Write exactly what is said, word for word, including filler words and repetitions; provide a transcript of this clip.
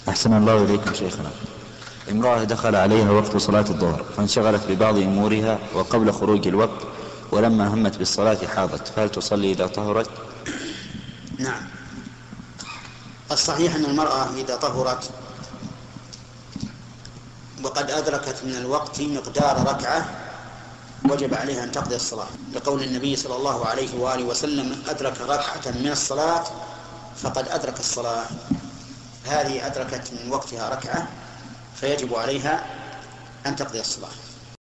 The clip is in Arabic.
أحسن الله إليكم شيخنا. امرأة دخل عليها وقت صلاة الظهر فانشغلت ببعض أمورها وقبل خروج الوقت، ولما همت بالصلاة حاضت، فهل تصلي إذا طهرت؟ نعم، الصحيح أن المرأة إذا طهرت وقد أدركت من الوقت مقدار ركعة وجب عليها أن تقضي الصلاة، لقول النبي صلى الله عليه وآله وسلم: من أدرك ركعة من الصلاة فقد أدرك الصلاة. هذه أدركت من وقتها ركعة فيجب عليها أن تقضي الصلاة.